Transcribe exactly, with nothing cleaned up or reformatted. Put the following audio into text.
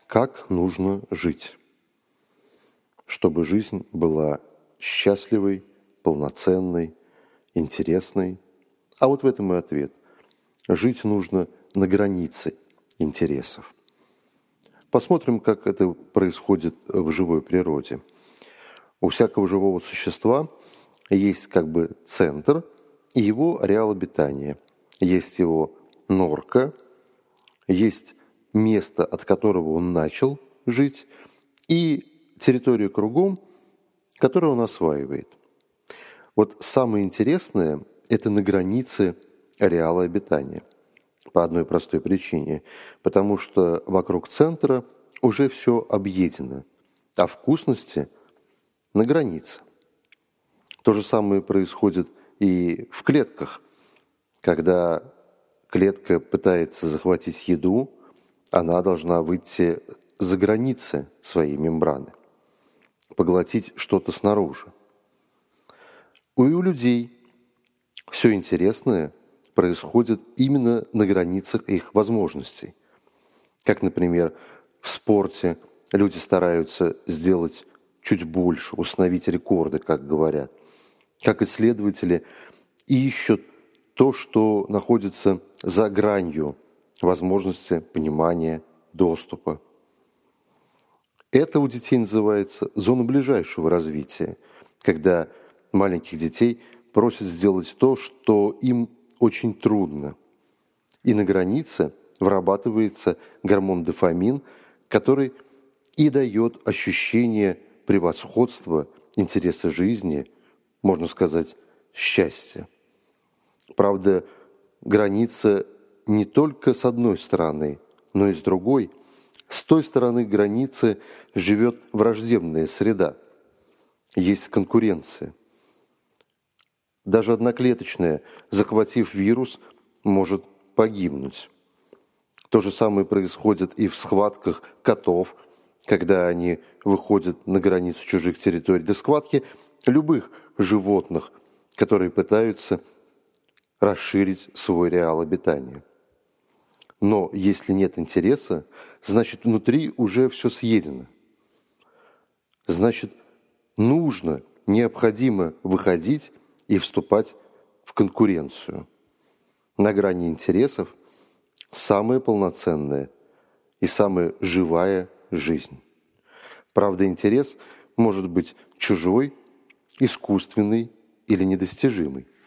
Как нужно жить, чтобы жизнь была счастливой, полноценной, интересной? А вот в этом и ответ. Жить нужно на границе интересов. Посмотрим, как это происходит в живой природе. У всякого живого существа есть как бы центр и его ареал обитания. Есть его норка, есть место, от которого он начал жить, и территорию кругом, которую он осваивает. Вот самое интересное – это на границе ареала обитания. По одной простой причине. Потому что вокруг центра уже все объедено, а вкусности на границе. То же самое происходит и в клетках. Когда клетка пытается захватить еду, она должна выйти за границы своей мембраны, поглотить что-то снаружи. У людей все интересное происходит именно на границах их возможностей. Как, например, в спорте люди стараются сделать чуть больше, установить рекорды, как говорят. Как исследователи ищут то, что находится за гранью возможности понимания, доступа. Это у детей называется зона ближайшего развития, когда маленьких детей просят сделать то, что им очень трудно. И на границе вырабатывается гормон дофамин, который и дает ощущение превосходства, интереса жизни, можно сказать, счастья. Правда, граница не только с одной стороны, но и с другой. С той стороны границы живет враждебная среда. Есть конкуренция. Даже одноклеточная, захватив вирус, может погибнуть. То же самое происходит и в схватках котов, когда они выходят на границу чужих территорий, до схватки любых животных, которые пытаются расширить свой реал обитания. Но если нет интереса, значит, внутри уже все съедено. Значит, нужно, необходимо выходить и вступать в конкуренцию. На грани интересов самая полноценная и самая живая жизнь. Правда, интерес может быть чужой, искусственный или недостижимый.